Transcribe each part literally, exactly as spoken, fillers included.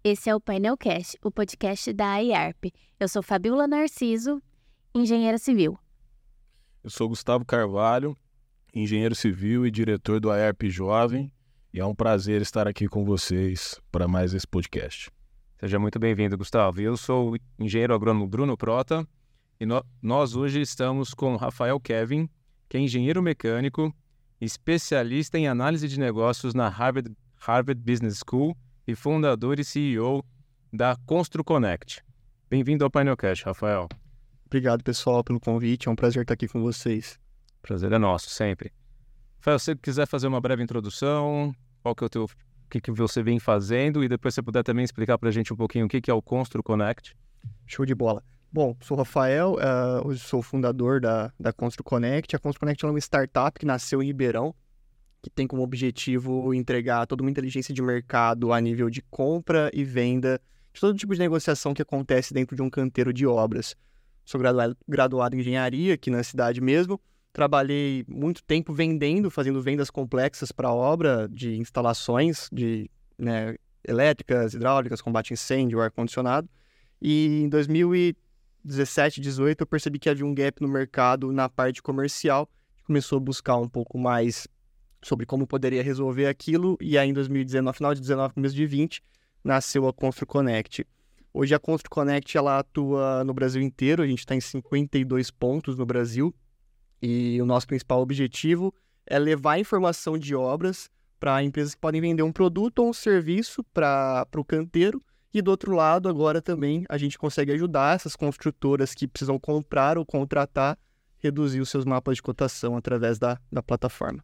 Esse é o Painelcast, o podcast da I A R P. Eu sou Fabiola Narciso, engenheira civil. Eu sou Gustavo Carvalho, engenheiro civil e diretor do I A R P Jovem, e é um prazer estar aqui com vocês para mais esse podcast. Seja muito bem-vindo, Gustavo. Eu sou o engenheiro agrônomo Bruno Prota, e no, nós hoje estamos com Rafael Kevin, que é engenheiro mecânico, especialista em análise de negócios na Harvard, Harvard Business School e fundador e C E O da ConstruConnect. Bem-vindo ao Painelcast, Rafael. Obrigado, pessoal, pelo convite. É um prazer estar aqui com vocês. Prazer é nosso, sempre. Rafael, se você quiser fazer uma breve introdução, qual que é o teu, o que, que você vem fazendo, e depois você puder também explicar para a gente um pouquinho o que, que é o ConstruConnect. Show de bola. Bom, sou o Rafael, uh, hoje sou o fundador da, da ConstruConnect. A ConstruConnect é uma startup que nasceu em Ribeirão, que tem como objetivo entregar toda uma inteligência de mercado a nível de compra e venda de todo tipo de negociação que acontece dentro de um canteiro de obras. Sou graduado, graduado em engenharia aqui na cidade mesmo. Trabalhei muito tempo vendendo, fazendo vendas complexas para obra de instalações de né, elétricas, hidráulicas, combate a incêndio, ar-condicionado. E em dois mil e dezessete, dezoito eu percebi que havia um gap no mercado na parte comercial. Começou a buscar um pouco mais sobre como poderia resolver aquilo, e aí em dois mil e dezenove, final de dezenove, começo de vinte, nasceu a ConstruConnect. Hoje a ConstruConnect ela atua no Brasil inteiro, a gente está em cinquenta e dois pontos no Brasil, e o nosso principal objetivo é levar informação de obras para empresas que podem vender um produto ou um serviço para o canteiro, e do outro lado agora também a gente consegue ajudar essas construtoras que precisam comprar ou contratar, reduzir os seus mapas de cotação através da, da plataforma.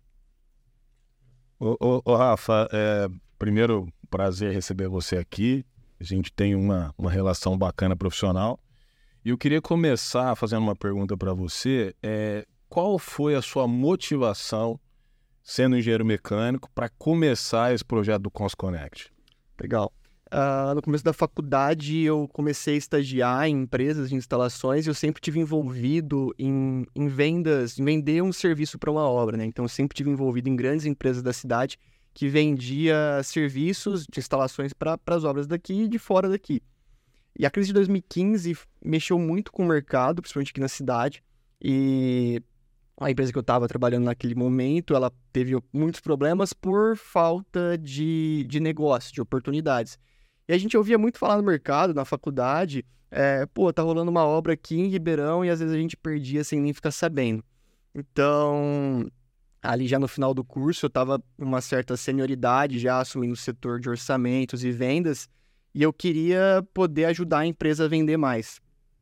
Ô, ô, ô Rafa, é, primeiro, prazer receber você aqui. A gente tem uma, uma relação bacana profissional. E eu queria começar fazendo uma pergunta para você. É, qual foi a sua motivação, sendo engenheiro mecânico, para começar esse projeto do ConstruConnect? Legal. Uh, no começo da faculdade, eu comecei a estagiar em empresas de instalações e eu sempre tive envolvido em, em vendas, em vender um serviço para uma obra, né? Então, eu sempre tive envolvido em grandes empresas da cidade que vendia serviços de instalações para as obras daqui e de fora daqui. E a crise de dois mil e quinze mexeu muito com o mercado, principalmente aqui na cidade, e a empresa que eu estava trabalhando naquele momento, ela teve muitos problemas por falta de, de negócio, de oportunidades. E a gente ouvia muito falar no mercado, na faculdade, é, pô, tá rolando uma obra aqui em Ribeirão e às vezes a gente perdia sem nem ficar sabendo. Então, ali já no final do curso, eu tava com uma certa senioridade, já assumindo o setor de orçamentos e vendas, e eu queria poder ajudar a empresa a vender mais.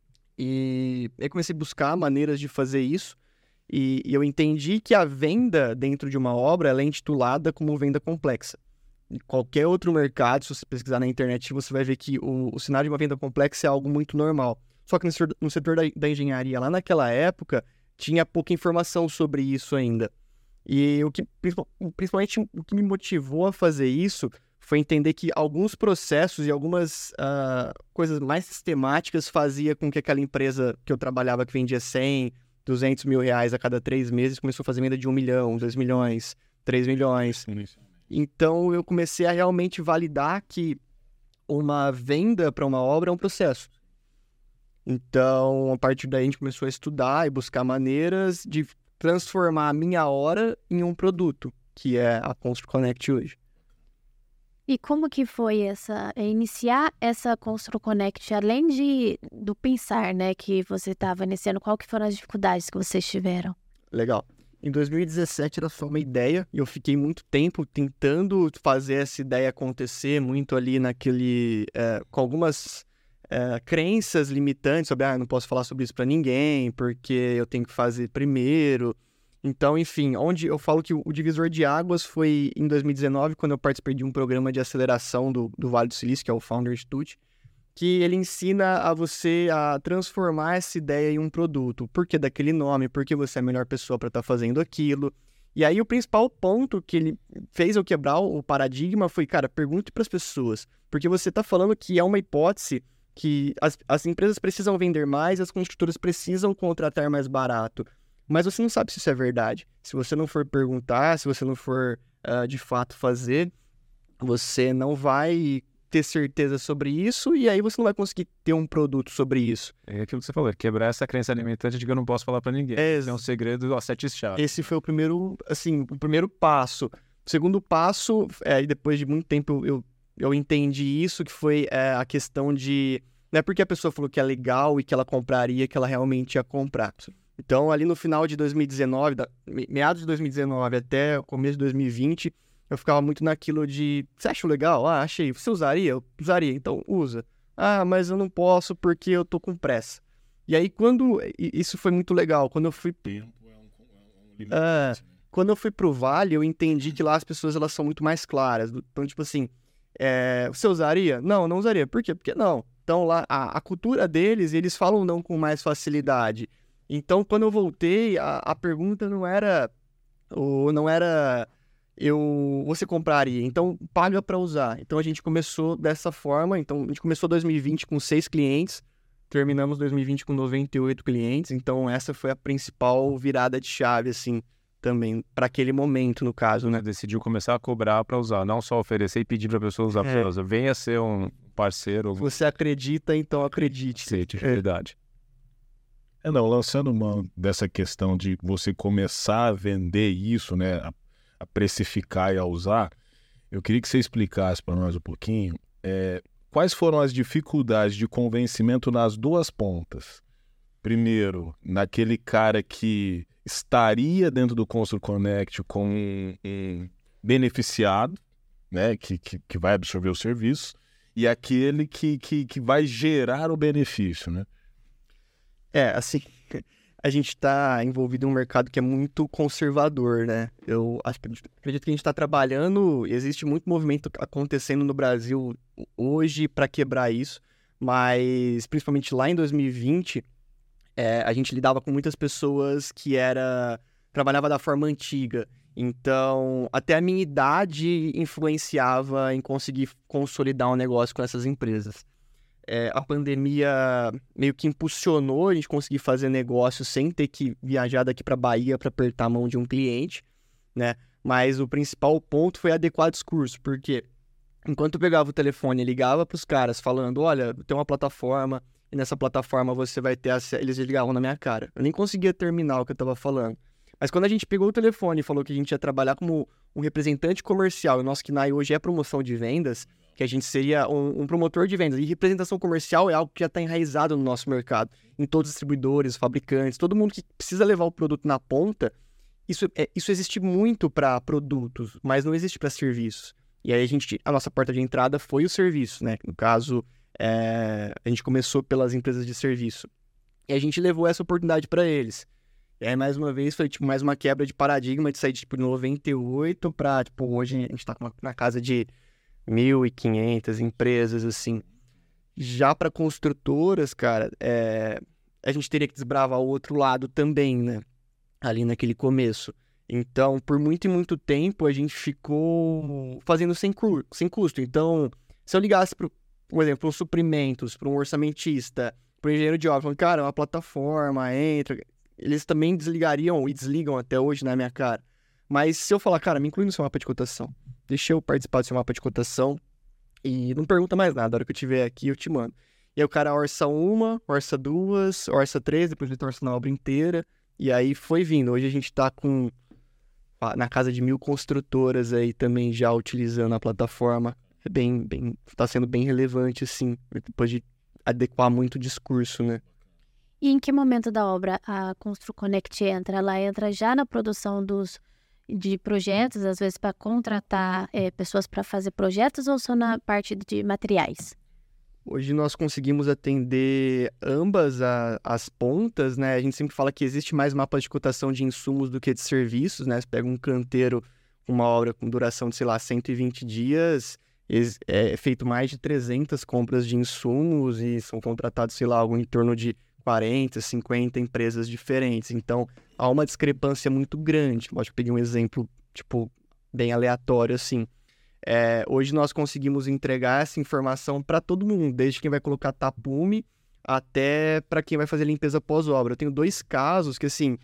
E eu comecei a buscar maneiras de fazer isso, e, e eu entendi que a venda dentro de uma obra ela é intitulada como venda complexa. Em qualquer outro mercado, se você pesquisar na internet, você vai ver que o, o cenário de uma venda complexa é algo muito normal. Só que no setor, no setor da, da engenharia, lá naquela época, tinha pouca informação sobre isso ainda. E o que, principalmente o que me motivou a fazer isso foi entender que alguns processos e algumas uh, coisas mais sistemáticas fazia com que aquela empresa que eu trabalhava, que vendia cem, duzentos mil reais a cada três meses, começou a fazer venda de um milhão, dois milhões, três milhões. Então, eu comecei a realmente validar que uma venda para uma obra é um processo. Então, a partir daí, a gente começou a estudar e buscar maneiras de transformar a minha hora em um produto, que é a ConstruConnect hoje. E como que foi essa, iniciar essa ConstruConnect, além de, do pensar, né, que você estava iniciando, qual que foram as dificuldades que vocês tiveram? Legal. Em dois mil e dezessete era só uma ideia e eu fiquei muito tempo tentando fazer essa ideia acontecer, muito ali naquele, é, com algumas é, crenças limitantes sobre, ah, não posso falar sobre isso para ninguém, porque eu tenho que fazer primeiro. Então, enfim, onde eu falo que o divisor de águas foi em dois mil e dezenove, quando eu participei de um programa de aceleração do, do Vale do Silício, que é o Founder Institute, que ele ensina a você a transformar essa ideia em um produto. Por que daquele nome? Porque você é a melhor pessoa para estar fazendo aquilo. E aí o principal ponto que ele fez eu quebrar o paradigma foi, cara, pergunte para as pessoas. Porque você está falando que é uma hipótese que as, as empresas precisam vender mais, as construtoras precisam contratar mais barato. Mas você não sabe se isso é verdade. Se você não for perguntar, se você não for uh, de fato fazer, você não vai ter certeza sobre isso e aí você não vai conseguir ter um produto sobre isso. É aquilo que você falou, quebrar essa crença limitante de que eu não posso falar para ninguém. É, Esse é um segredo, ó, sete chaves. Esse foi o primeiro, assim, o primeiro passo. O segundo passo, é, e depois de muito tempo eu, eu, eu entendi isso, que foi é, a questão de... Não é porque a pessoa falou que é legal e que ela compraria, que ela realmente ia comprar. Então, ali no final de dois mil e dezenove, da, meados de dois mil e dezenove até o começo de dois mil e vinte, eu ficava muito naquilo de... Você acha legal? Ah, achei. Você usaria? Eu usaria. Então, usa. Ah, mas eu não posso porque eu tô com pressa. E aí, quando... Isso foi muito legal. Quando eu fui... Tempo é um, é um limite. É, quando eu fui pro Vale, eu entendi que lá as pessoas elas são muito mais claras. Então, tipo assim, é, você usaria? Não, não usaria. Por quê? Porque não. Então, lá, a, a cultura deles, eles falam não com mais facilidade. Então, quando eu voltei, a, a pergunta não era... Ou não era... Eu, você compraria, então paga para usar. Então a gente começou dessa forma, então a gente começou dois mil e vinte com seis clientes, terminamos dois mil e vinte com noventa e oito clientes, então essa foi a principal virada de chave, assim, também, para aquele momento, no caso, né? Decidiu começar a cobrar para usar, não só oferecer e pedir para a pessoa usar, É. pra usar. Venha ser um parceiro. Se você acredita, então acredite. Sim, de verdade. É, não, lançando uma dessa questão de você começar a vender isso, né, a, a precificar e a usar, eu queria que você explicasse para nós um pouquinho é, quais foram as dificuldades de convencimento nas duas pontas. Primeiro, naquele cara que estaria dentro do Constru Connect como um, um beneficiado, né, que, que, que vai absorver o serviço, e aquele que, que, que vai gerar o benefício, né? É, assim, a gente está envolvido em um mercado que é muito conservador, né? Eu acho, acredito que a gente está trabalhando, existe muito movimento acontecendo no Brasil hoje para quebrar isso, mas principalmente lá em dois mil e vinte, é, a gente lidava com muitas pessoas que era trabalhava da forma antiga. Então, até a minha idade influenciava em conseguir consolidar um negócio com essas empresas. É, a pandemia meio que impulsionou a gente conseguir fazer negócio sem ter que viajar daqui para Bahia para apertar a mão de um cliente, né? Mas o principal ponto foi adequar o discurso, porque enquanto eu pegava o telefone e ligava para os caras falando, olha, tem uma plataforma e nessa plataforma você vai ter acesso... Eles ligavam na minha cara. Eu nem conseguia terminar o que eu estava falando. Mas quando a gente pegou o telefone e falou que a gente ia trabalhar como um representante comercial, e o nosso K N A I hoje é promoção de vendas, que a gente seria um, um promotor de vendas. E representação comercial é algo que já está enraizado no nosso mercado. Em todos os distribuidores, fabricantes, todo mundo que precisa levar o produto na ponta, isso, é, isso existe muito para produtos, mas não existe para serviços. E aí a, gente, a nossa porta de entrada foi o serviço, né? No caso, é, a gente começou pelas empresas de serviço. E a gente levou essa oportunidade para eles. E aí, mais uma vez, foi tipo, mais uma quebra de paradigma de sair de tipo, noventa e oito para, tipo, hoje a gente está na casa de mil e quinhentas empresas, assim. Já para construtoras, cara, é... a gente teria que desbravar o outro lado também, né? Ali naquele começo. Então, por muito e muito tempo, a gente ficou fazendo sem, cru... sem custo. Então, se eu ligasse, pro... por exemplo, para os suprimentos, para um orçamentista, para um engenheiro de obra, falando, cara, é uma plataforma, entra... Eles também desligariam e desligam até hoje na minha cara. Mas se eu falar, cara, me inclui no seu mapa de cotação. Deixa eu participar do seu mapa de cotação e não pergunta mais nada. A hora que eu tiver aqui, eu te mando. E aí o cara orça uma, orça duas, orça três, depois ele orça na obra inteira. E aí foi vindo. Hoje a gente tá com na casa de mil construtoras aí também já utilizando a plataforma. É bem, bem, tá sendo bem relevante, assim, depois de adequar muito o discurso, né? E em que momento da obra a Constru Connect entra? Ela entra já na produção dos, de projetos, às vezes para contratar é, pessoas para fazer projetos, ou só na parte de materiais? Hoje nós conseguimos atender ambas a, as pontas, né? A gente sempre fala que existe mais mapas de cotação de insumos do que de serviços, né? Você pega um canteiro, uma obra com duração de, sei lá, cento e vinte dias, é feito mais de trezentas compras de insumos e são contratados, sei lá, algo em torno de quarenta, cinquenta empresas diferentes. Então, há uma discrepância muito grande. Lógico que eu peguei um exemplo, tipo, bem aleatório, assim. É, hoje nós conseguimos entregar essa informação para todo mundo, desde quem vai colocar tapume até para quem vai fazer limpeza pós-obra. Eu tenho dois casos que, assim,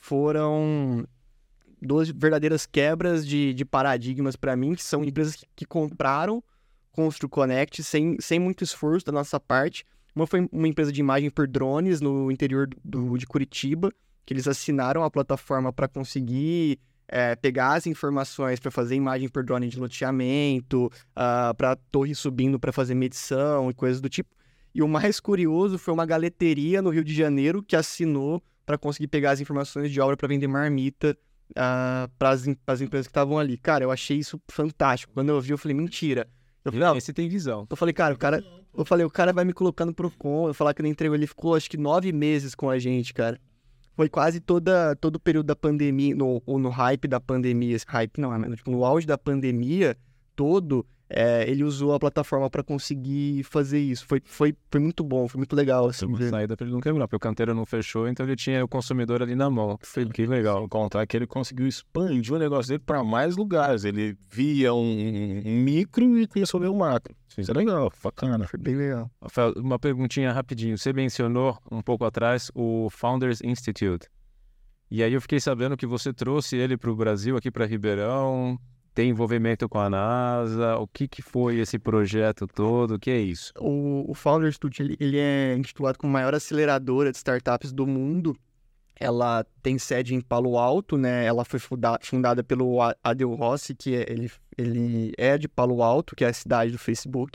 foram duas verdadeiras quebras de, de paradigmas para mim, que são empresas que, que compraram ConstruConnect sem, sem muito esforço da nossa parte. Uma foi uma empresa de imagem por drones no interior do, de Curitiba, que eles assinaram a plataforma para conseguir é, pegar as informações para fazer imagem por drone de loteamento, uh, para torre subindo para fazer medição e coisas do tipo. E o mais curioso foi uma galeteria no Rio de Janeiro que assinou para conseguir pegar as informações de obra para vender marmita uh, para as empresas que estavam ali. Cara, eu achei isso fantástico. Quando eu vi, eu falei, mentira. Eu falei, não, esse tem visão. Eu falei, cara, o cara... Eu falei, o cara vai me colocando pro com. Eu falar que ele entregou, ele ficou acho que nove meses com a gente, cara. Foi quase toda, todo o período da pandemia, no, ou no hype da pandemia. Esse hype não, é, tipo, no auge da pandemia todo, é, ele usou a plataforma para conseguir fazer isso. Foi, foi, foi muito bom, foi muito legal. Assim, uma saída para ele não quebrar, porque o canteiro não fechou, então ele tinha o consumidor ali na mão. Foi que legal. Contar que ele conseguiu expandir o negócio dele para mais lugares. Ele via um, um micro e começou a ver o macro. Isso é legal, bacana. Foi bem legal. Rafael, uma perguntinha rapidinho. Você mencionou um pouco atrás o Founders Institute. E aí eu fiquei sabendo que você trouxe ele para o Brasil, aqui para Ribeirão. Tem envolvimento com a NASA? O que, que foi esse projeto todo? O que é isso? O, o Founder Institute, ele, ele é intitulado como a maior aceleradora de startups do mundo. Ela tem sede em Palo Alto, né? Ela foi funda, fundada pelo Adel Rossi, que é, ele, ele é de Palo Alto, que é a cidade do Facebook.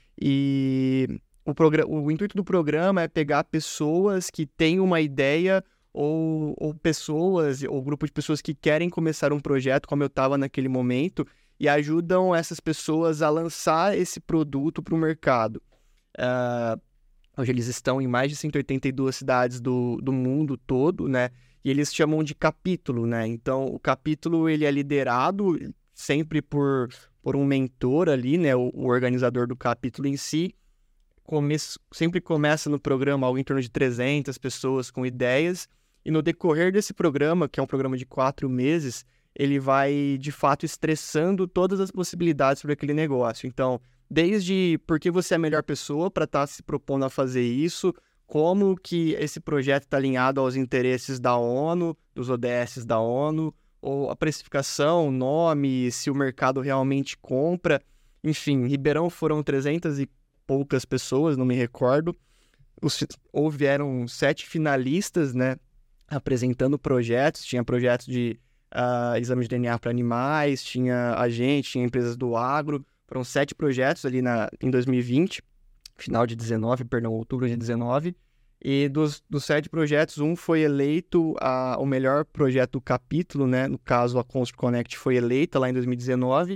E o, o intuito do programa é pegar pessoas que têm uma ideia ou, ou pessoas, ou grupo de pessoas que querem começar um projeto, como eu estava naquele momento, e ajudam essas pessoas a lançar esse produto para o mercado. Uh, hoje eles estão em mais de cento e oitenta e duas cidades do, do mundo todo, né? E eles chamam de capítulo, né? Então, o capítulo ele é liderado sempre por, por um mentor ali, né? O, o organizador do capítulo em si. Come, sempre começa no programa algo em torno de trezentas pessoas com ideias. E no decorrer desse programa, que é um programa de quatro meses, ele vai, de fato, estressando todas as possibilidades sobre aquele negócio. Então, desde por que você é a melhor pessoa para estar tá se propondo a fazer isso, como que esse projeto está alinhado aos interesses da ONU, dos O D S da ONU, ou a precificação, nome, se o mercado realmente compra. Enfim, em Ribeirão foram trezentas e poucas pessoas, não me recordo. Os, houveram sete finalistas, né? Apresentando projetos, tinha projetos de uh, exame de D N A para animais, tinha a gente, tinha empresas do agro, foram sete projetos ali na, em dois mil e vinte, final de dezenove, perdão, outubro de dezenove, e dos, dos sete projetos, um foi eleito a, o melhor projeto do capítulo, né, no caso a ConstruConnect foi eleita lá em dois mil e dezenove,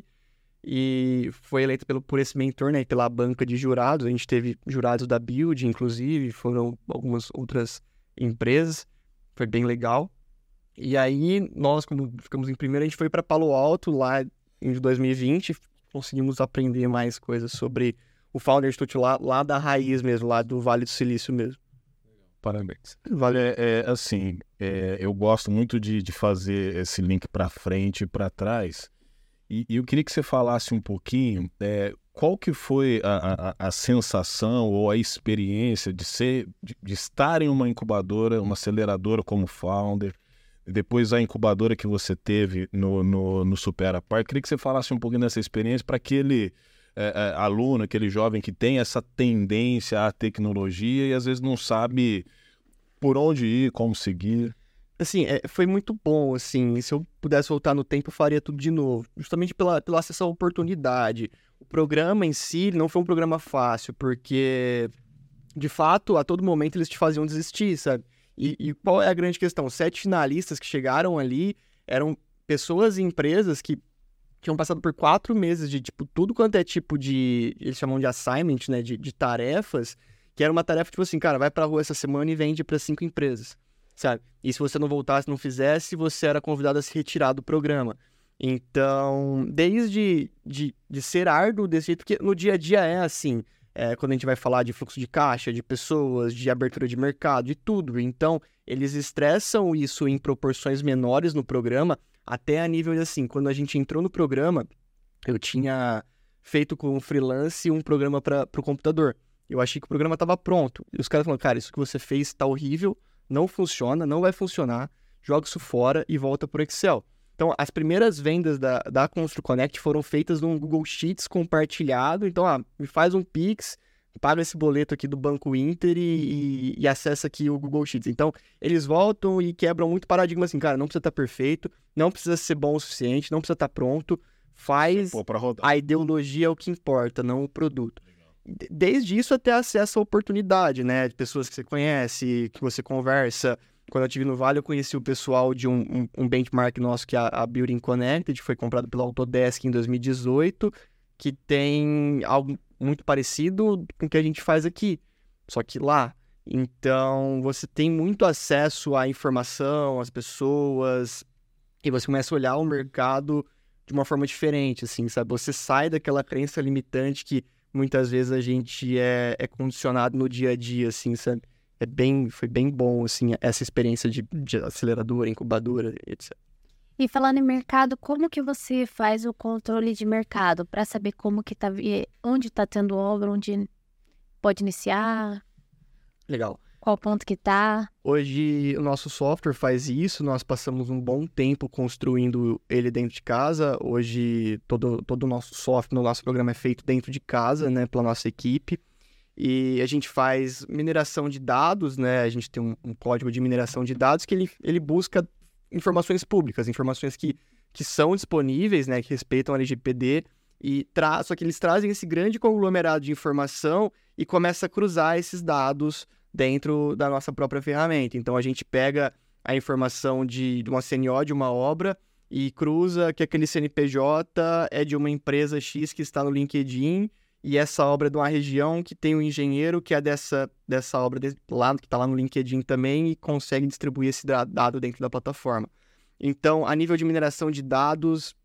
e foi eleita pelo, por esse mentor, né, pela banca de jurados, a gente teve jurados da Build, inclusive, foram algumas outras empresas. Foi bem legal. E aí, nós, como ficamos em primeiro, a gente foi para Palo Alto, lá em dois mil e vinte. Conseguimos aprender mais coisas sobre o Founder Institute lá, lá da raiz mesmo, lá do Vale do Silício mesmo. Parabéns. Vale, é, é assim, é, eu gosto muito de, de fazer esse link para frente e para trás. E, e eu queria que você falasse um pouquinho... É, qual que foi a, a, a sensação ou a experiência de, ser, de, de estar em uma incubadora, uma aceleradora como founder, depois a incubadora que você teve no, no, no SuperaPar? Queria que você falasse um pouquinho dessa experiência para aquele é, é, aluno, aquele jovem que tem essa tendência à tecnologia e às vezes não sabe por onde ir, como seguir. Assim, é, foi muito bom, assim, se eu pudesse voltar no tempo, eu faria tudo de novo, justamente pela, pela acesso à oportunidade. O programa em si não foi um programa fácil, porque, de fato, a todo momento eles te faziam desistir, sabe? E, e qual é a grande questão? Os sete finalistas que chegaram ali eram pessoas e empresas que tinham passado por quatro meses de, tipo, tudo quanto é tipo de... Eles chamam de assignment, né? De, de tarefas, que era uma tarefa, tipo assim, cara, vai pra rua essa semana e vende para cinco empresas, sabe? E se você não voltasse, não fizesse, você era convidado a se retirar do programa. Então, desde de, de ser árduo desse jeito, porque no dia a dia é assim, é, quando a gente vai falar de fluxo de caixa, de pessoas, de abertura de mercado, de tudo. Então, eles estressam isso em proporções menores no programa, até a nível de assim, quando a gente entrou no programa, eu tinha feito com um freelance um programa para o computador. Eu achei que o programa estava pronto. E os caras falaram, cara, isso que você fez está horrível, não funciona, não vai funcionar, joga isso fora e volta pro Excel. Então, as primeiras vendas da, da ConstruConnect foram feitas num Google Sheets compartilhado. Então, ah, me faz um Pix, paga esse boleto aqui do Banco Inter e, e, e acessa aqui o Google Sheets. Então, eles voltam e quebram muito paradigma assim, cara, não precisa estar perfeito, não precisa ser bom o suficiente, não precisa estar pronto, faz Pô, pra rodar. a ideologia é o que importa, não o produto. Desde isso até acesso à oportunidade, né? De pessoas que você conhece, que você conversa. Quando eu estive no Vale, eu conheci o pessoal de um, um, um benchmark nosso, que é a, a Building Connected, foi comprado pela Autodesk em dois mil e dezoito, que tem algo muito parecido com o que a gente faz aqui, só que lá. Então, você tem muito acesso à informação, às pessoas, e você começa a olhar o mercado de uma forma diferente, assim, sabe? Você sai daquela crença limitante que muitas vezes a gente é, é condicionado no dia a dia, assim, sabe? É bem, foi bem bom, assim, essa experiência de, de aceleradora, incubadora, etcétera. E falando em mercado, como que você faz o controle de mercado para saber como que tá, onde está tendo obra, onde pode iniciar, Legal. qual ponto que tá? Hoje o nosso software faz isso, nós passamos um bom tempo construindo ele dentro de casa. Hoje todo, todo o nosso software, o nosso programa é feito dentro de casa, né, pela nossa equipe. E a gente faz mineração de dados, né, a gente tem um, um código de mineração de dados que ele, ele busca informações públicas, informações que, que são disponíveis, né, que respeitam a L G P D, e tra... só que eles trazem esse grande conglomerado de informação e começa a cruzar esses dados dentro da nossa própria ferramenta. Então, a gente pega a informação de, de uma C N O, de uma obra, e cruza que aquele C N P J é de uma empresa X que está no LinkedIn, e essa obra é de uma região que tem um engenheiro que é dessa, dessa obra de, lá, que está lá no LinkedIn também, e consegue distribuir esse dado dentro da plataforma. Então, a nível de mineração de dados,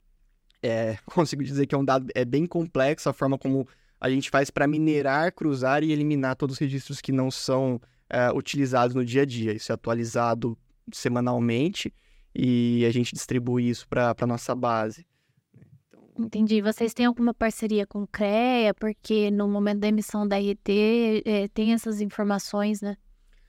é, consigo dizer que é um dado é bem complexo a forma como a gente faz para minerar, cruzar e eliminar todos os registros que não são é, utilizados no dia a dia. Isso é atualizado semanalmente e a gente distribui isso para a nossa base. Entendi. Vocês têm alguma parceria com o CREA? Porque no momento da emissão da R T é, tem essas informações, né?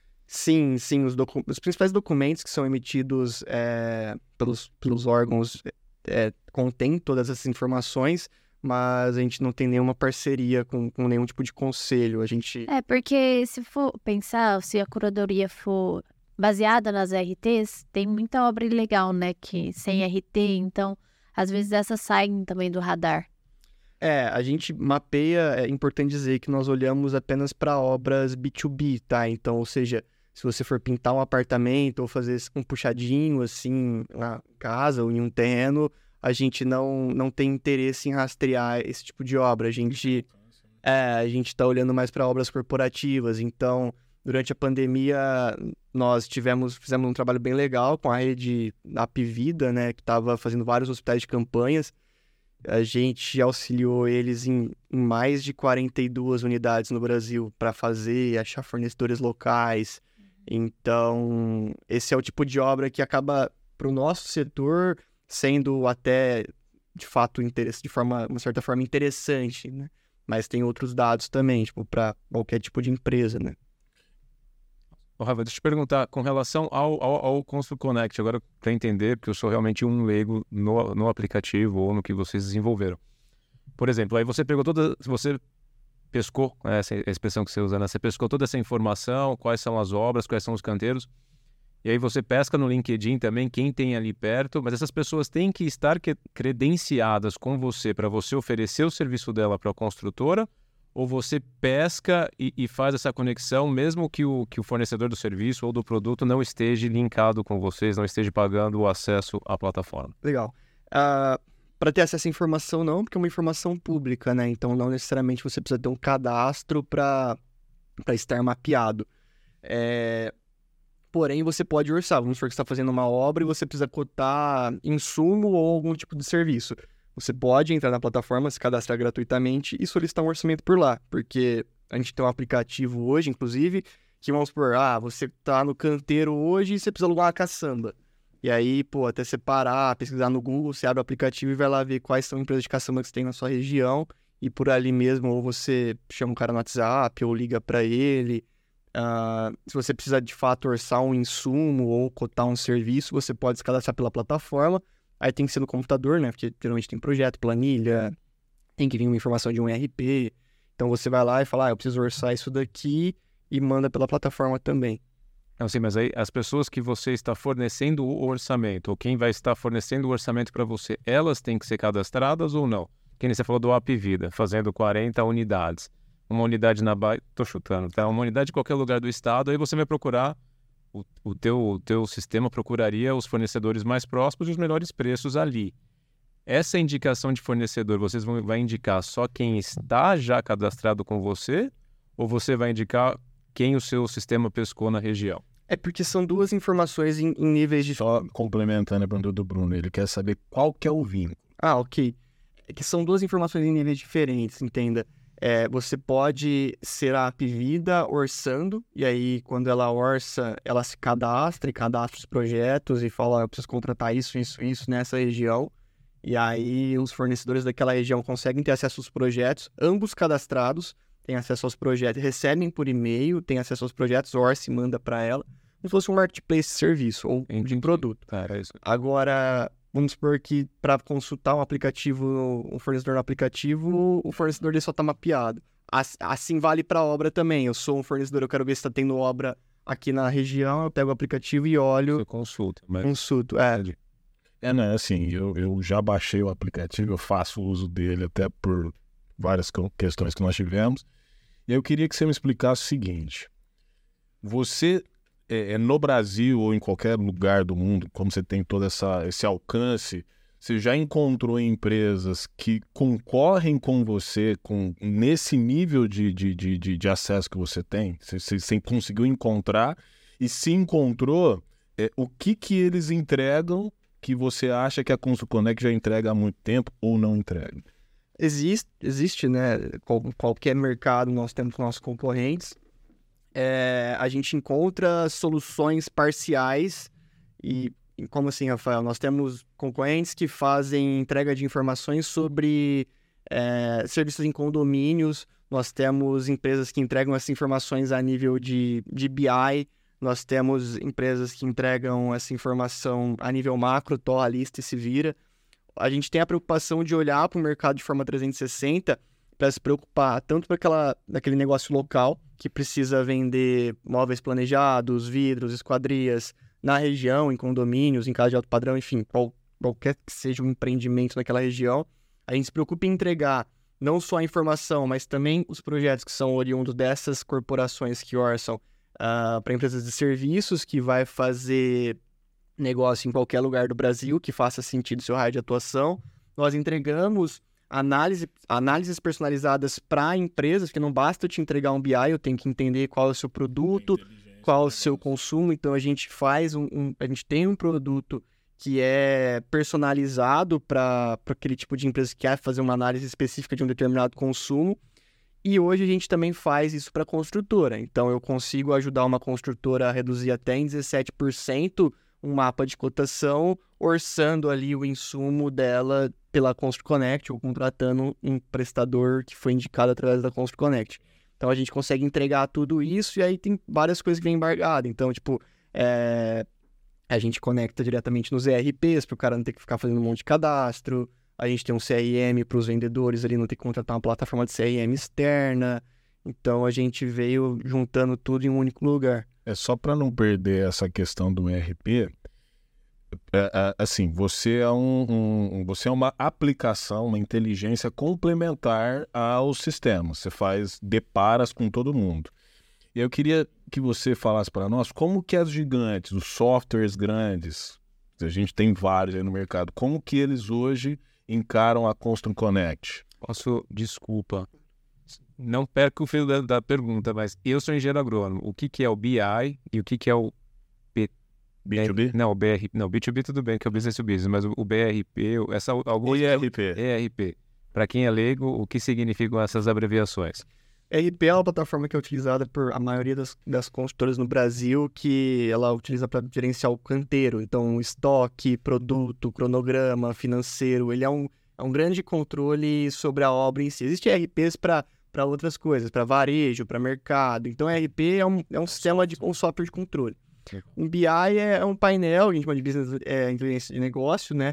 Sim, sim. Os, docu- os principais documentos que são emitidos é, pelos, pelos órgãos é, contêm todas essas informações, mas a gente não tem nenhuma parceria com, com nenhum tipo de conselho. A gente... É, porque se for pensar, se a curadoria for baseada nas R Ts, tem muita obra ilegal, né? Que sem R T, então, às vezes essas saem também do radar. É, a gente mapeia, é importante dizer que nós olhamos apenas para obras B dois B, tá? Então, ou seja, se você for pintar um apartamento ou fazer um puxadinho, assim, na casa ou em um terreno, a gente não, não tem interesse em rastrear esse tipo de obra. A gente é, a gente está olhando mais para obras corporativas. Então, durante a pandemia, nós tivemos, fizemos um trabalho bem legal com a rede Apvida, né, que estava fazendo vários hospitais de campanhas. A gente auxiliou eles em, em mais de quarenta e duas unidades no Brasil para fazer, achar fornecedores locais. Então, esse é o tipo de obra que acaba, para o nosso setor, sendo até, de fato, de forma, uma certa forma interessante, né? Mas tem outros dados também, tipo, para qualquer tipo de empresa, né? Ô, Rafa, deixa eu te perguntar, com relação ao, ao, ao ConstruConnect, agora para entender, porque eu sou realmente um leigo no, no aplicativo ou no que vocês desenvolveram. Por exemplo, aí você pegou toda, você pescou, essa é a expressão que você usa, né? Você pescou toda essa informação, quais são as obras, quais são os canteiros, e aí você pesca no LinkedIn também quem tem ali perto, mas essas pessoas têm que estar que, credenciadas com você para você oferecer o serviço dela para a construtora, ou você pesca e, e faz essa conexão mesmo que o, que o fornecedor do serviço ou do produto não esteja linkado com vocês, não esteja pagando o acesso à plataforma? Legal. Uh, para ter acesso à informação não, porque é uma informação pública, né? Então não necessariamente você precisa ter um cadastro para estar mapeado. É... Porém, você pode orçar. Vamos supor que você está fazendo uma obra e você precisa cotar insumo ou algum tipo de serviço. Você pode entrar na plataforma, se cadastrar gratuitamente e solicitar um orçamento por lá. Porque a gente tem um aplicativo hoje, inclusive, que vamos supor, ah, você está no canteiro hoje e você precisa alugar uma caçamba. E aí, pô, até você parar, pesquisar no Google, você abre o aplicativo e vai lá ver quais são as empresas de caçamba que você tem na sua região. E por ali mesmo, ou você chama o cara no WhatsApp ou liga para ele. Uh, se você precisa de fato orçar um insumo ou cotar um serviço, você pode se cadastrar pela plataforma. aí tem que ser no computador, né? Porque geralmente tem projeto, planilha, tem que vir uma informação de um E R P. Então você vai lá e fala, ah, eu preciso orçar isso daqui e manda pela plataforma também. Não, sim, mas aí as pessoas que você está fornecendo o orçamento, ou quem vai estar fornecendo o orçamento para você, elas têm que ser cadastradas ou não? Que nem você falou do App Vida, fazendo quarenta unidades. Uma unidade na Bahia, tô chutando, tá? Uma unidade em qualquer lugar do estado, aí você vai procurar, o, o, teu, o teu sistema procuraria os fornecedores mais próximos e os melhores preços ali. Essa indicação de fornecedor, vocês vão vai indicar só quem está já cadastrado com você, ou você vai indicar quem o seu sistema pescou na região? É porque são duas informações em, em níveis de... Só complementando a pergunta do Bruno, ele quer saber qual que é o vínculo. Ah, ok. É que são duas informações em níveis diferentes, entenda. É, você pode ser a App Vida orçando, e aí quando ela orça, ela se cadastra e cadastra os projetos e fala, eu preciso contratar isso, isso, isso nessa região. E aí os fornecedores daquela região conseguem ter acesso aos projetos, ambos cadastrados, têm acesso aos projetos, recebem por e-mail, têm acesso aos projetos, orça e manda para ela, como se fosse um marketplace de serviço ou de produto. Cara, isso. Agora, vamos supor que para consultar um aplicativo, um fornecedor no aplicativo, o fornecedor dele só está mapeado. Assim vale para a obra também. Eu sou um fornecedor, eu quero ver se está tendo obra aqui na região, eu pego o aplicativo e olho. Você consulta. Mas... Consulto, é. É, né, assim, eu, eu já baixei o aplicativo, eu faço uso dele até por várias questões que nós tivemos. E eu queria que você me explicasse o seguinte. Você, é, é, no Brasil ou em qualquer lugar do mundo, como você tem todo essa, esse alcance, você já encontrou empresas que concorrem com você com, nesse nível de, de, de, de, de acesso que você tem? Você, você, você conseguiu encontrar? E se encontrou, é, o que, que eles entregam que você acha que a ConstruConnect já entrega há muito tempo ou não entrega? Existe, existe, né? Como qualquer mercado, nós temos nossos concorrentes. É, a gente encontra soluções parciais e, como assim, Rafael? Nós temos concorrentes que fazem entrega de informações sobre é, serviços em condomínios. Nós temos empresas que entregam essas informações a nível de, de B I. Nós temos empresas que entregam essa informação a nível macro, to a lista e se vira. A gente tem a preocupação de olhar para o mercado de forma trezentos e sessenta para se preocupar tanto para aquela, aquele negócio local que precisa vender móveis planejados, vidros, esquadrias na região, em condomínios, em casa de alto padrão, enfim, qual, qualquer que seja um empreendimento naquela região. A gente se preocupa em entregar não só a informação, mas também os projetos que são oriundos dessas corporações que orçam Uh, para empresas de serviços, que vai fazer negócio em qualquer lugar do Brasil, que faça sentido seu raio de atuação. Nós entregamos análise, análises personalizadas para empresas, que não basta eu te entregar um B I, eu tenho que entender qual é o seu produto, qual é o seu consumo. Então a gente faz um, um a gente tem um produto que é personalizado para aquele tipo de empresa que quer fazer uma análise específica de um determinado consumo. E hoje a gente também faz isso para a construtora. Então, eu consigo ajudar uma construtora a reduzir até em dezessete por cento um mapa de cotação, orçando ali o insumo dela pela ConstruConnect ou contratando um prestador que foi indicado através da ConstruConnect. Então, a gente consegue entregar tudo isso e aí tem várias coisas que vem embargado. Então, tipo, é... a gente conecta diretamente nos E R Ps para o cara não ter que ficar fazendo um monte de cadastro. A gente tem um C R M para os vendedores ali, não ter que contratar uma plataforma de C R M externa. Então, a gente veio juntando tudo em um único lugar. É só para não perder essa questão do E R P, é, é, assim, você é, um, um, você é uma aplicação, uma inteligência complementar ao sistema. Você faz deparas com todo mundo. E eu queria que você falasse para nós como que as gigantes, os softwares grandes, a gente tem vários aí no mercado, como que eles hoje encaram a ConstruConnect? Posso, desculpa, não perca o fio da, da pergunta, mas eu sou engenheiro agrônomo. O que, que é o B I e o que, que é o P... B dois B? Não, o B R... não, B dois B tudo bem, que é o Business to Business, mas o, o B R P, essa, alguns... E R P. E R P. Para quem é leigo, o que significam essas abreviações? E R P é uma plataforma que é utilizada por a maioria das, das construtoras no Brasil, que ela utiliza para gerenciar o canteiro. Então, estoque, produto, cronograma, financeiro. Ele é um, é um grande controle sobre a obra em si. Existem E R Ps para outras coisas, para varejo, para mercado. Então, E R P é um, é um sistema de um software de controle. Um B I é um painel, a gente chama de business, é, inteligência de negócio, né?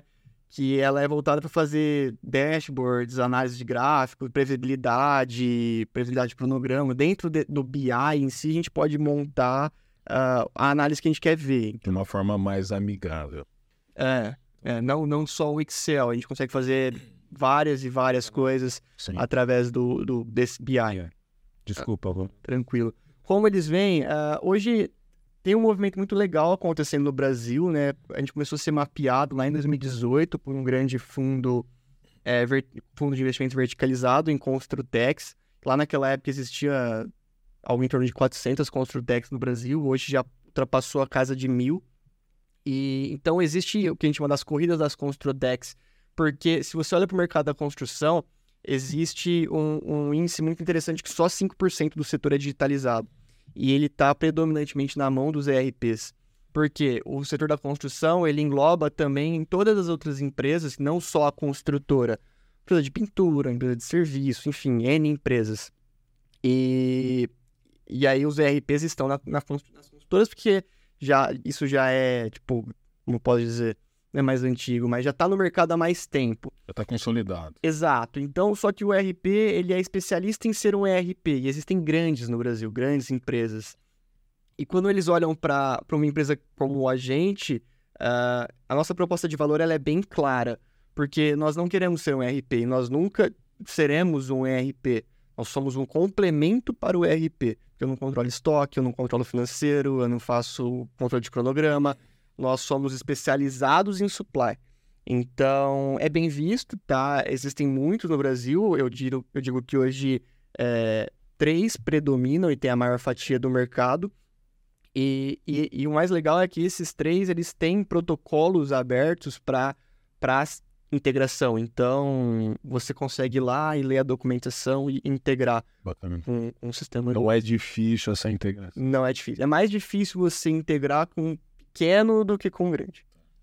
que ela é voltada para fazer dashboards, análise de gráfico, previsibilidade, previsibilidade de cronograma. Dentro de, do B I em si, a gente pode montar uh, a análise que a gente quer ver. De uma forma mais amigável. É, é não, não só o Excel, a gente consegue fazer várias e várias coisas Sim. através do, do, desse B I. Desculpa, vou. Tranquilo. Como eles veem, uh, hoje tem um movimento muito legal acontecendo no Brasil, né? A gente começou a ser mapeado lá em dois mil e dezoito por um grande fundo, é, ver... fundo de investimento verticalizado em Construtex. Lá naquela época existia algo em torno de quatrocentas Construtex no Brasil, hoje já ultrapassou a casa de mil. E então existe o que a gente chama das corridas das Construtex, porque se você olha para o mercado da construção, existe um, um índice muito interessante que só cinco por cento do setor é digitalizado. E ele está predominantemente na mão dos E R Ps. Porque o setor da construção, ele engloba também todas as outras empresas, não só a construtora. Empresa de pintura, empresa de serviço, enfim, N empresas. E, e aí os E R Ps estão na, na, nas construtoras, porque já, isso já é, tipo, como posso dizer, não é mais antigo, mas já está no mercado há mais tempo. Já está consolidado. Exato. Então, só que o E R P, ele é especialista em ser um E R P. E existem grandes no Brasil, grandes empresas. E quando eles olham para uma empresa como a gente, uh, a nossa proposta de valor ela é bem clara. Porque nós não queremos ser um E R P. Nós nunca seremos um E R P. Nós somos um complemento para o E R P. Eu não controlo estoque, eu não controlo financeiro, eu não faço controle de cronograma. Nós somos especializados em supply. Então, é bem visto, tá? Existem muitos no Brasil. Eu digo, eu digo que hoje é, três predominam e tem a maior fatia do mercado. E, e, e o mais legal é que esses três, eles têm protocolos abertos para integração. Então, você consegue ir lá e ler a documentação e integrar Bacana. com um sistema. Não é difícil essa integração. Não é difícil. É mais difícil você integrar com pequeno do que com grande.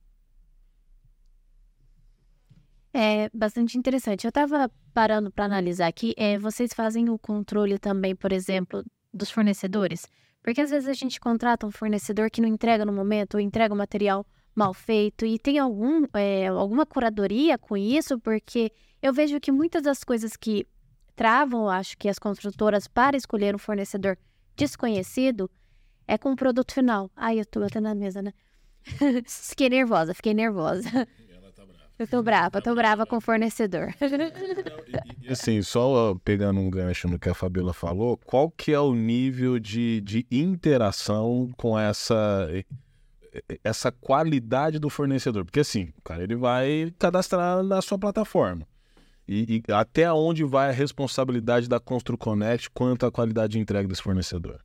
É bastante interessante. Eu estava parando para analisar aqui. É, vocês fazem o controle também, por exemplo, dos fornecedores? Porque às vezes a gente contrata um fornecedor que não entrega no momento, ou entrega o material mal feito. E tem algum, é, alguma curadoria com isso? Porque eu vejo que muitas das coisas que travam, acho que as construtoras para escolher um fornecedor desconhecido é com o produto final. Ai, eu tô batendo na mesa, né? Fiquei nervosa, fiquei nervosa. Ela tá brava. Eu tô brava, tô brava com o fornecedor. E, e assim, só pegando um gancho no que a Fabiola falou, qual que é o nível de, de interação com essa, essa qualidade do fornecedor? Porque assim, o cara ele vai cadastrar na sua plataforma. E, e até onde vai a responsabilidade da ConstruConnect quanto à qualidade de entrega desse fornecedor?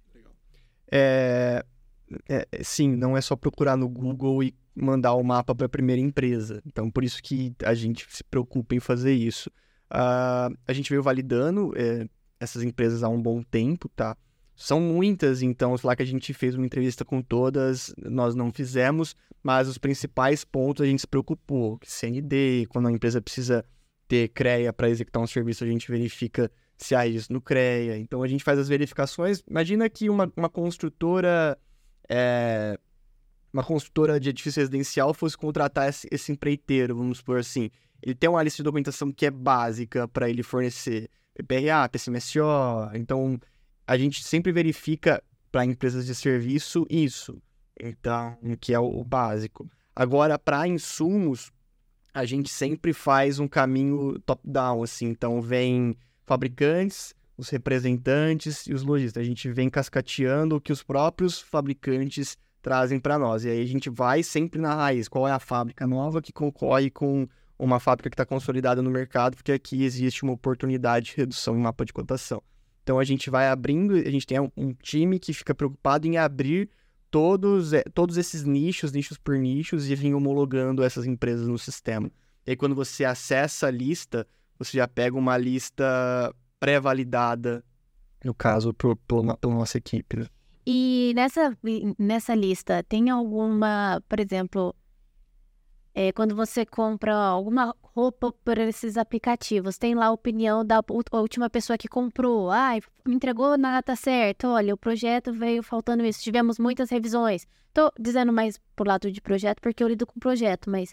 É, é, sim, não é só procurar no Google e mandar o mapa para a primeira empresa. Então, por isso que a gente se preocupa em fazer isso. Uh, a gente veio validando é, essas empresas há um bom tempo, tá? São muitas, então, lá que a gente fez uma entrevista com todas, nós não fizemos, mas os principais pontos a gente se preocupou. C N D, quando a empresa precisa ter CREA para executar um serviço, a gente verifica se há isso no CREA. Então, a gente faz as verificações. Imagina que uma, uma construtora é, uma construtora de edifício residencial fosse contratar esse, esse empreiteiro, vamos supor assim. Ele tem uma lista de documentação que é básica para ele fornecer P P R A, P C M S O. Então, a gente sempre verifica para empresas de serviço isso. Então, que é o, o básico. Agora, para insumos, a gente sempre faz um caminho top-down, assim. Então, vem fabricantes, os representantes e os lojistas. A gente vem cascateando o que os próprios fabricantes trazem para nós. E aí a gente vai sempre na raiz. Qual é a fábrica nova que concorre com uma fábrica que está consolidada no mercado, porque aqui existe uma oportunidade de redução em mapa de cotação. Então a gente vai abrindo, a gente tem um, um time que fica preocupado em abrir todos, é, todos esses nichos, nichos por nichos, e vir homologando essas empresas no sistema. E aí quando você acessa a lista, você já pega uma lista pré-validada, no caso, por, por, pela nossa equipe. Né? E nessa, nessa lista, tem alguma, por exemplo, é, quando você compra alguma roupa por esses aplicativos, tem lá a opinião da a última pessoa que comprou. Ah, me entregou na data certa, olha, o projeto veio faltando isso, tivemos muitas revisões. Tô dizendo mais pro lado de projeto porque eu lido com projeto, mas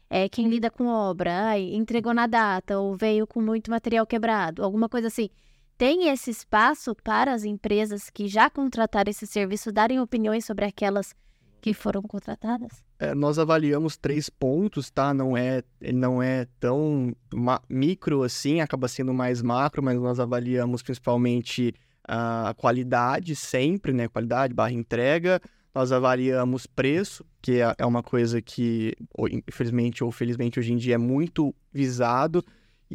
é, quem lida com obra, ai, entregou na data ou veio com muito material quebrado, alguma coisa assim. Tem esse espaço para as empresas que já contrataram esse serviço darem opiniões sobre aquelas que foram contratadas? É, nós avaliamos três pontos, tá? Não é, ele não é tão ma- micro assim, acaba sendo mais macro, mas nós avaliamos principalmente a qualidade sempre, né? Qualidade barra entrega. Nós avaliamos preço, que é, é uma coisa que, ou, infelizmente ou felizmente, hoje em dia é muito visado,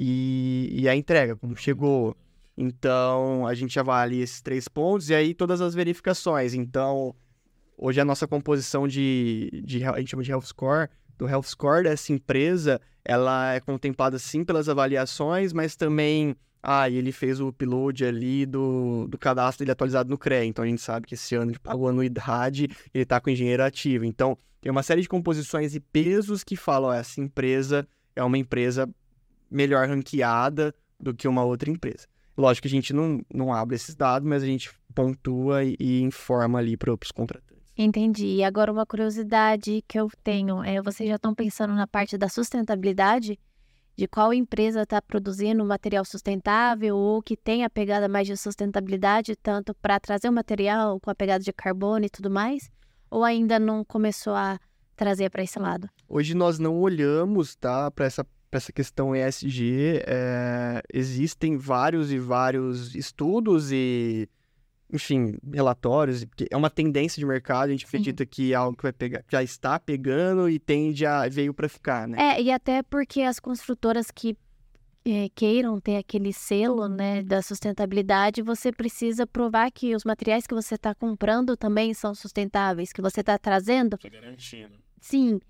e, e a entrega, como chegou. Então, a gente avalia esses três pontos e aí todas as verificações. Então, hoje a nossa composição de, de a gente chama de Health Score, do Health Score dessa empresa, ela é contemplada sim pelas avaliações, mas também, ah, ele fez o upload ali do, do cadastro dele atualizado no C R E A, então a gente sabe que esse ano ele pagou anuidade, ele está com engenheiro ativo. Então, tem uma série de composições e pesos que falam, ó, essa empresa é uma empresa melhor ranqueada do que uma outra empresa. Lógico que a gente não, não abre esses dados, mas a gente pontua e, e informa ali para os contratantes. Entendi. E agora uma curiosidade que eu tenho, é, vocês já estão pensando na parte da sustentabilidade? De qual empresa está produzindo material sustentável ou que tem a pegada mais de sustentabilidade, tanto para trazer o material com a pegada de carbono e tudo mais? Ou ainda não começou a trazer para esse lado? Hoje nós não olhamos, tá, para essa para essa questão E S G, é, existem vários e vários estudos e, enfim, relatórios, porque é uma tendência de mercado, a gente acredita que é algo que vai pegar, já está pegando e tende a, veio para ficar, né? É, e até porque as construtoras que é, queiram ter aquele selo, né, da sustentabilidade, você precisa provar que os materiais que você está comprando também são sustentáveis, que você está trazendo. Você garantindo. Sim.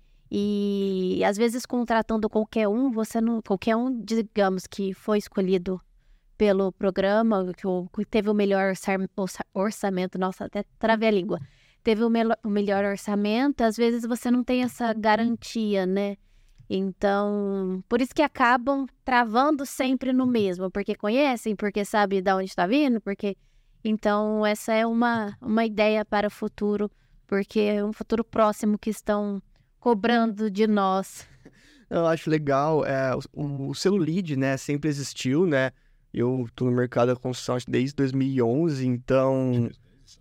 E às vezes contratando qualquer um, você não, qualquer um, digamos, que foi escolhido pelo programa, que, o, que teve o melhor orçamento, nossa, até travei a língua, teve o, mel- o melhor orçamento, às vezes você não tem essa garantia, né? Então, por isso que acabam travando sempre no mesmo, porque conhecem, porque sabem de onde está vindo, porque... Então, essa é uma, uma ideia para o futuro, porque é um futuro próximo que estão cobrando de nós. Eu acho legal, é, o, o selo LEED, né, sempre existiu, né, eu tô no mercado da construção desde dois mil e onze, então,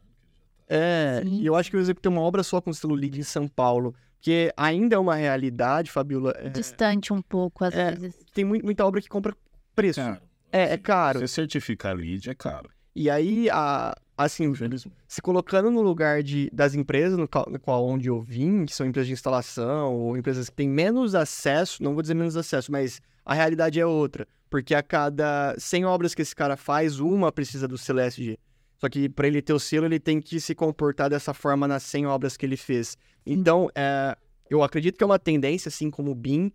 é, e eu acho que eu executei uma obra só com o selo LEED em São Paulo, que ainda é uma realidade, Fabiola. É, distante um pouco, às é, vezes. Tem muito, muita obra que compra preço. Caro. É, é caro. Você certificar LEED é caro. E aí, a, assim, se colocando no lugar de, das empresas no qual, no qual onde eu vim, que são empresas de instalação, ou empresas que têm menos acesso, não vou dizer menos acesso, mas a realidade é outra. Porque a cada cem obras que esse cara faz, uma precisa do selo E S G. Só que para ele ter o selo, ele tem que se comportar dessa forma nas cem obras que ele fez. Então, é, eu acredito que é uma tendência, assim como o B I M,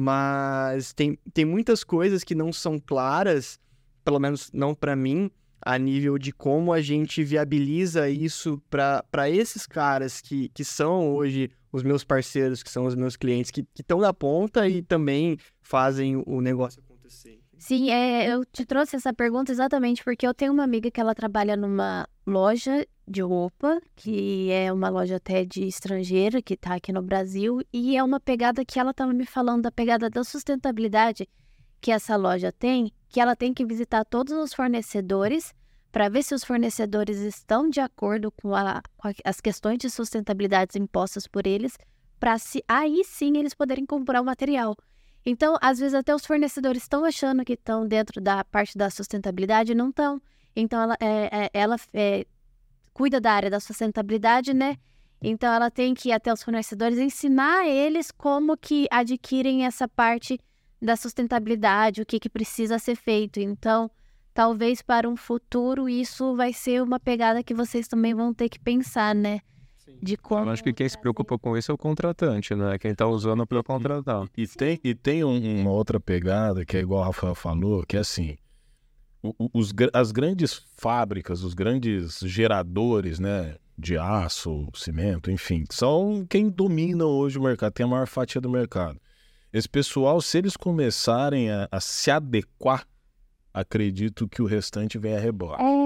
mas tem, tem muitas coisas que não são claras, pelo menos não para mim, a nível de como a gente viabiliza isso para esses caras que, que são hoje os meus parceiros, que são os meus clientes, que estão na ponta e também fazem o negócio acontecer. Sim, é, eu te trouxe essa pergunta exatamente porque eu tenho uma amiga que ela trabalha numa loja de roupa, que é uma loja até de estrangeira, que está aqui no Brasil, e é uma pegada que ela estava me falando da pegada da sustentabilidade que essa loja tem, que ela tem que visitar todos os fornecedores para ver se os fornecedores estão de acordo com, a, com a, as questões de sustentabilidade impostas por eles, para se aí sim eles poderem comprar o material. Então, às vezes até os fornecedores estão achando que estão dentro da parte da sustentabilidade e não estão. Então, ela, é, é, ela é, cuida da área da sustentabilidade, né? Então, ela tem que ir até os fornecedores ensinar eles como que adquirem essa parte da sustentabilidade, o que, que precisa ser feito. Então, talvez para um futuro isso vai ser uma pegada que vocês também vão ter que pensar, né? De como... Eu acho que quem se preocupa com isso é o contratante, né? Quem tá usando para contratar. E tem, e tem um, uma outra pegada que é igual o Rafael falou, que é assim, o, os, as grandes fábricas, os grandes geradores, né, de aço, cimento, enfim, são quem domina hoje o mercado, tem a maior fatia do mercado. Esse pessoal, se eles começarem a, a se adequar, acredito que o restante vem a rebote. É.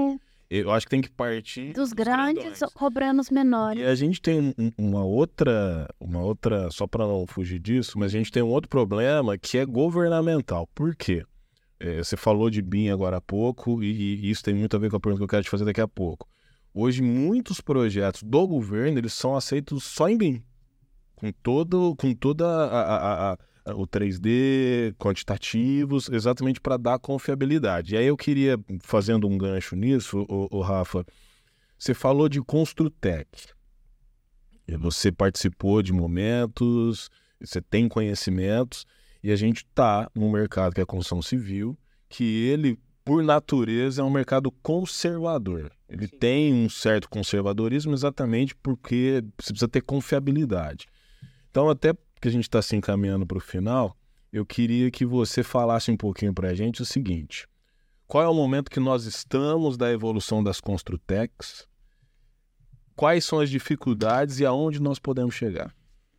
Eu acho que tem que partir Dos grandes grandões. cobrando os menores. E a gente tem um- uma outra, uma outra, só para não fugir disso, mas a gente tem um outro problema que é governamental. Por quê? É, você falou de B I M agora há pouco e, e isso tem muito a ver com a pergunta que eu quero te fazer daqui a pouco. Hoje, muitos projetos do governo, eles são aceitos só em B I M. Com, todo, com toda a, a, a, a, o três D, quantitativos, exatamente para dar confiabilidade. E aí eu queria, fazendo um gancho nisso, o, o Rafa, você falou de Construtec. E você participou de momentos, você tem conhecimentos, e a gente está num mercado que é a construção civil, que ele, por natureza, é um mercado conservador. Ele Sim. tem um certo conservadorismo exatamente porque você precisa ter confiabilidade. Então, até que a gente está se encaminhando para o final, eu queria que você falasse um pouquinho para a gente o seguinte: qual é o momento que nós estamos da evolução das Construtecs? Quais são as dificuldades e aonde nós podemos chegar?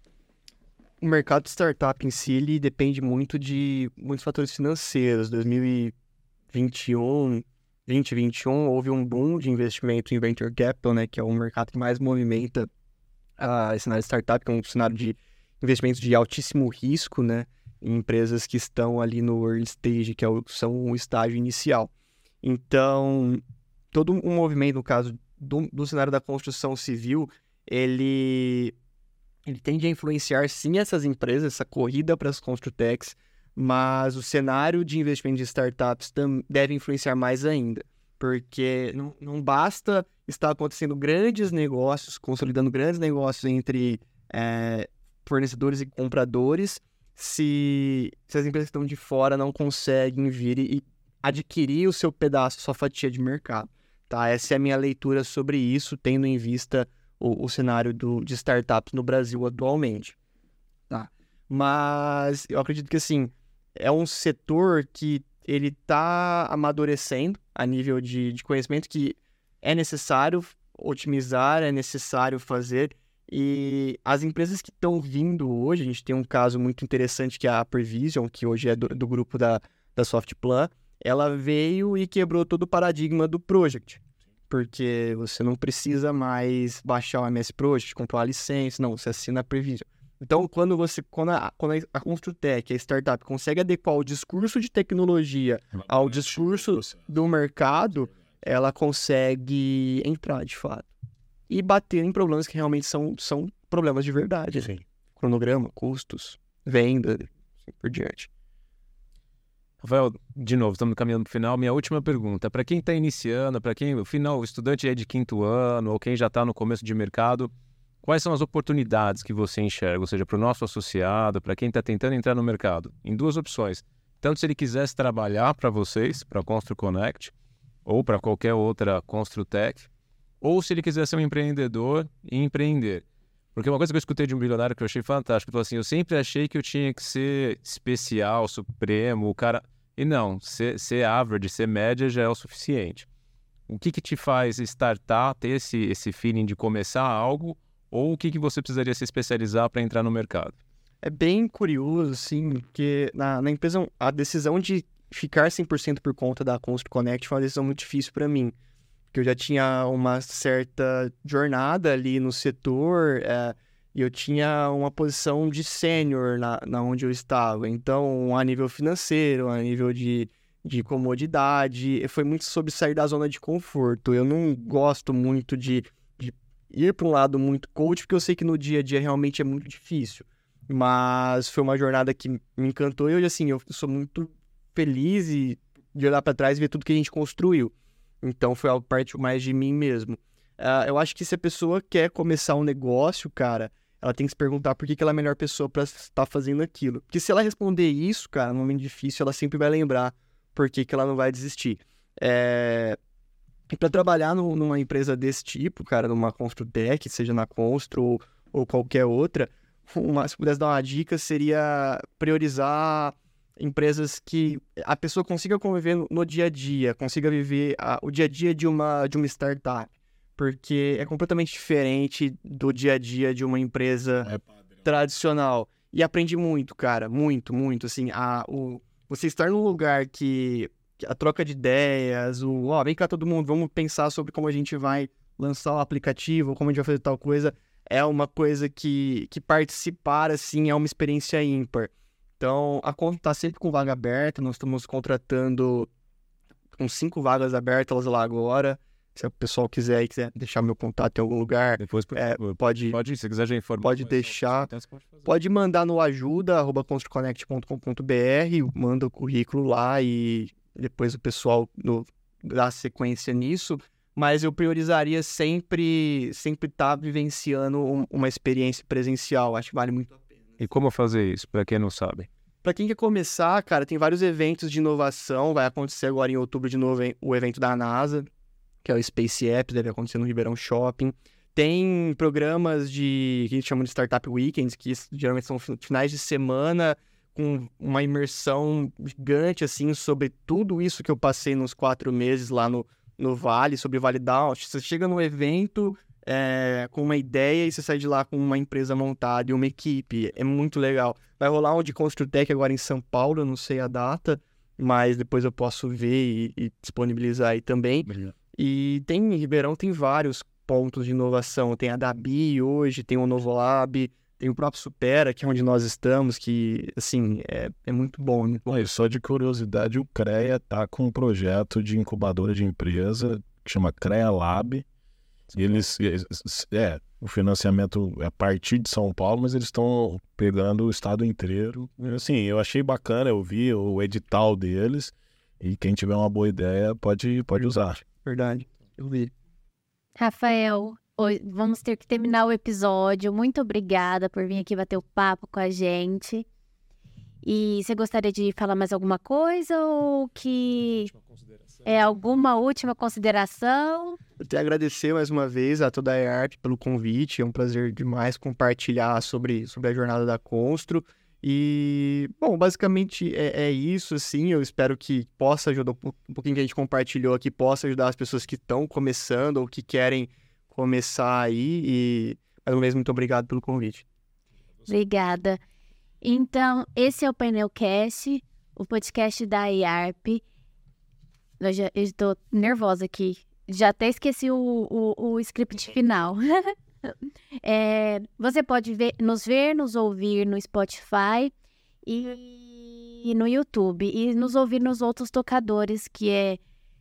O mercado de startup em si, ele depende muito de muitos fatores financeiros. dois mil e vinte e um, vinte e vinte e um, houve um boom de investimento em venture capital, né, que é o mercado que mais movimenta uh, esse cenário de startup, que é um cenário de investimentos de altíssimo risco, né, em empresas que estão ali no early stage, que é o, são o estágio inicial. Então, todo um movimento, no caso do, do cenário da construção civil, ele... Ele tende a influenciar, sim, essas empresas, essa corrida para as Construtecs, mas o cenário de investimento de startups tam- deve influenciar mais ainda, porque não, não basta estar acontecendo grandes negócios, consolidando grandes negócios entre é, fornecedores e compradores, se, se as empresas que estão de fora não conseguem vir e, e adquirir o seu pedaço, sua fatia de mercado. Tá? Essa é a minha leitura sobre isso, tendo em vista o, o cenário do, de startups no Brasil atualmente. Tá? Mas eu acredito que, assim, é um setor que ele está amadurecendo a nível de, de conhecimento, que é necessário otimizar, é necessário fazer. E as empresas que estão vindo hoje, a gente tem um caso muito interessante que é a Prevision, que hoje é do, do grupo da, da Softplan, ela veio e quebrou todo o paradigma do Project. Porque você não precisa mais baixar o M S Project, comprar a licença, não, você assina a Prevision. Então, quando você, quando a, quando a Construtec, a startup, consegue adequar o discurso de tecnologia ao discurso do mercado, ela consegue entrar, de fato. E bater em problemas que realmente são, são problemas de verdade. Sim. Cronograma, custos, venda, assim por diante. Rafael, de novo, estamos caminhando para o final. Minha última pergunta, para quem está iniciando, para quem, o final, o estudante é de quinto ano, ou quem já está no começo de mercado, quais são as oportunidades que você enxerga? Ou seja, para o nosso associado, para quem está tentando entrar no mercado, em duas opções. Tanto se ele quisesse trabalhar para vocês, para a ConstruConnect, ou para qualquer outra Construtec, ou se ele quiser ser um empreendedor e empreender. Porque uma coisa que eu escutei de um bilionário que eu achei fantástico, ele falou assim, eu sempre achei que eu tinha que ser especial, supremo, o cara... E não, ser, ser average, ser média já é o suficiente. O que que te faz startar, ter esse, esse feeling de começar algo, ou o que que você precisaria se especializar para entrar no mercado? É bem curioso, assim, porque na, na empresa a decisão de ficar cem por cento por conta da ConstruConnect foi uma decisão muito difícil para mim. Porque eu já tinha uma certa jornada ali no setor, é, e eu tinha uma posição de sênior na, na onde eu estava. Então, a nível financeiro, a nível de, de comodidade, foi muito sobre sair da zona de conforto. Eu não gosto muito de, de ir para um lado muito coach, porque eu sei que no dia a dia realmente é muito difícil. Mas foi uma jornada que me encantou e hoje, assim, eu sou muito feliz e de olhar para trás e ver tudo que a gente construiu. Então, foi a parte mais de mim mesmo. Uh, eu acho que se a pessoa quer começar um negócio, cara, ela tem que se perguntar por que, que ela é a melhor pessoa para estar fazendo aquilo. Porque se ela responder isso, cara, num momento difícil, ela sempre vai lembrar por que, que ela não vai desistir. É... E para trabalhar no, numa empresa desse tipo, cara, numa Construtec, seja na Constru ou, ou qualquer outra, uma, se pudesse dar uma dica, seria priorizar empresas que a pessoa consiga conviver no, no dia a dia, consiga viver a, o dia a dia de uma, de uma startup. Porque é completamente diferente do dia a dia de uma empresa é tradicional. E aprendi muito, cara, muito, muito, assim, a, o, você estar num lugar que, a troca de ideias, o, ó, vem cá todo mundo, vamos pensar sobre como a gente vai lançar o aplicativo, como a gente vai fazer tal coisa, é uma coisa que, que participar, assim, é uma experiência ímpar. Então, a conta está sempre com vaga aberta, nós estamos contratando com cinco vagas abertas lá agora. Se o pessoal quiser aí, quiser deixar meu contato em algum lugar, Depois, por é, favor, pode, pode, se quiser já informar. pode deixar, Então, você pode, fazer. pode mandar no ajuda, arroba construconnect ponto com ponto b r, manda o currículo lá e depois o pessoal no, dá sequência nisso. Mas eu priorizaria sempre sempre estar tá vivenciando um, uma experiência presencial, acho que vale muito a pena. E como fazer isso, para quem não sabe? Para quem quer começar, cara, tem vários eventos de inovação, vai acontecer agora em outubro de novo o evento da NASA, que é o Space Apps, deve acontecer no Ribeirão Shopping. Tem programas de que a gente chama de Startup Weekends, que geralmente são finais de semana, com uma imersão gigante, assim, sobre tudo isso que eu passei nos quatro meses lá no, no Vale, sobre Vale Down. Você chega no evento é, com uma ideia e você sai de lá com uma empresa montada e uma equipe. É muito legal. Vai rolar um de Construtec agora em São Paulo, eu não sei a data, mas depois eu posso ver e, e disponibilizar aí também. Beleza. E tem em Ribeirão tem vários pontos de inovação. Tem a Dabi hoje, tem o Novolab, tem o próprio Supera, que é onde nós estamos, que, assim, é, é muito bom. Muito bom. Bom, e só de curiosidade, o CREA está com um projeto de incubadora de empresa que chama CREA Lab. E eles, é, o financiamento é a partir de São Paulo, mas eles estão pegando o estado inteiro. Assim, eu achei bacana, eu vi o edital deles e quem tiver uma boa ideia pode, pode usar. Verdade, eu vi. Rafael, vamos ter que terminar o episódio. Muito obrigada por vir aqui bater o papo com a gente. E você gostaria de falar mais alguma coisa ou que é alguma última consideração? Eu tenho a agradecer mais uma vez a toda a E A R P pelo convite. É um prazer demais compartilhar sobre, sobre a jornada da Constru. E, bom, basicamente é, é isso, assim. Eu espero que possa ajudar, um pouquinho que a gente compartilhou aqui, possa ajudar as pessoas que estão começando ou que querem começar aí. E, mais uma vez, muito obrigado pelo convite. Obrigada. Então, esse é o Painelcast, o podcast da E A R P. Eu já estou nervosa aqui. Já até esqueci o, o, o script final. É, você pode ver, nos ver, nos ouvir no Spotify e, e no YouTube. E nos ouvir nos outros tocadores, que é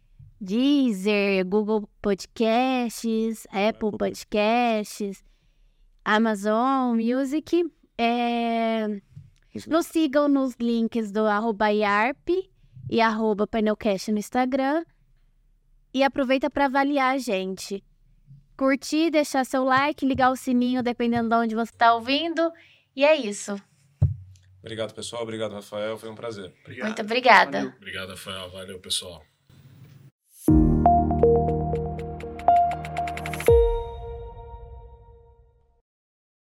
Deezer, Google Podcasts, Apple Podcasts, Amazon Music. É, nos sigam nos links do arroba I A R P e arroba Painelcast no Instagram. E aproveita para avaliar a gente. Curtir, deixar seu like, ligar o sininho, dependendo de onde você está ouvindo. E é isso. Obrigado, pessoal. Obrigado, Rafael. Foi um prazer. Obrigado. Muito obrigada. Obrigado, Rafael. Valeu, pessoal.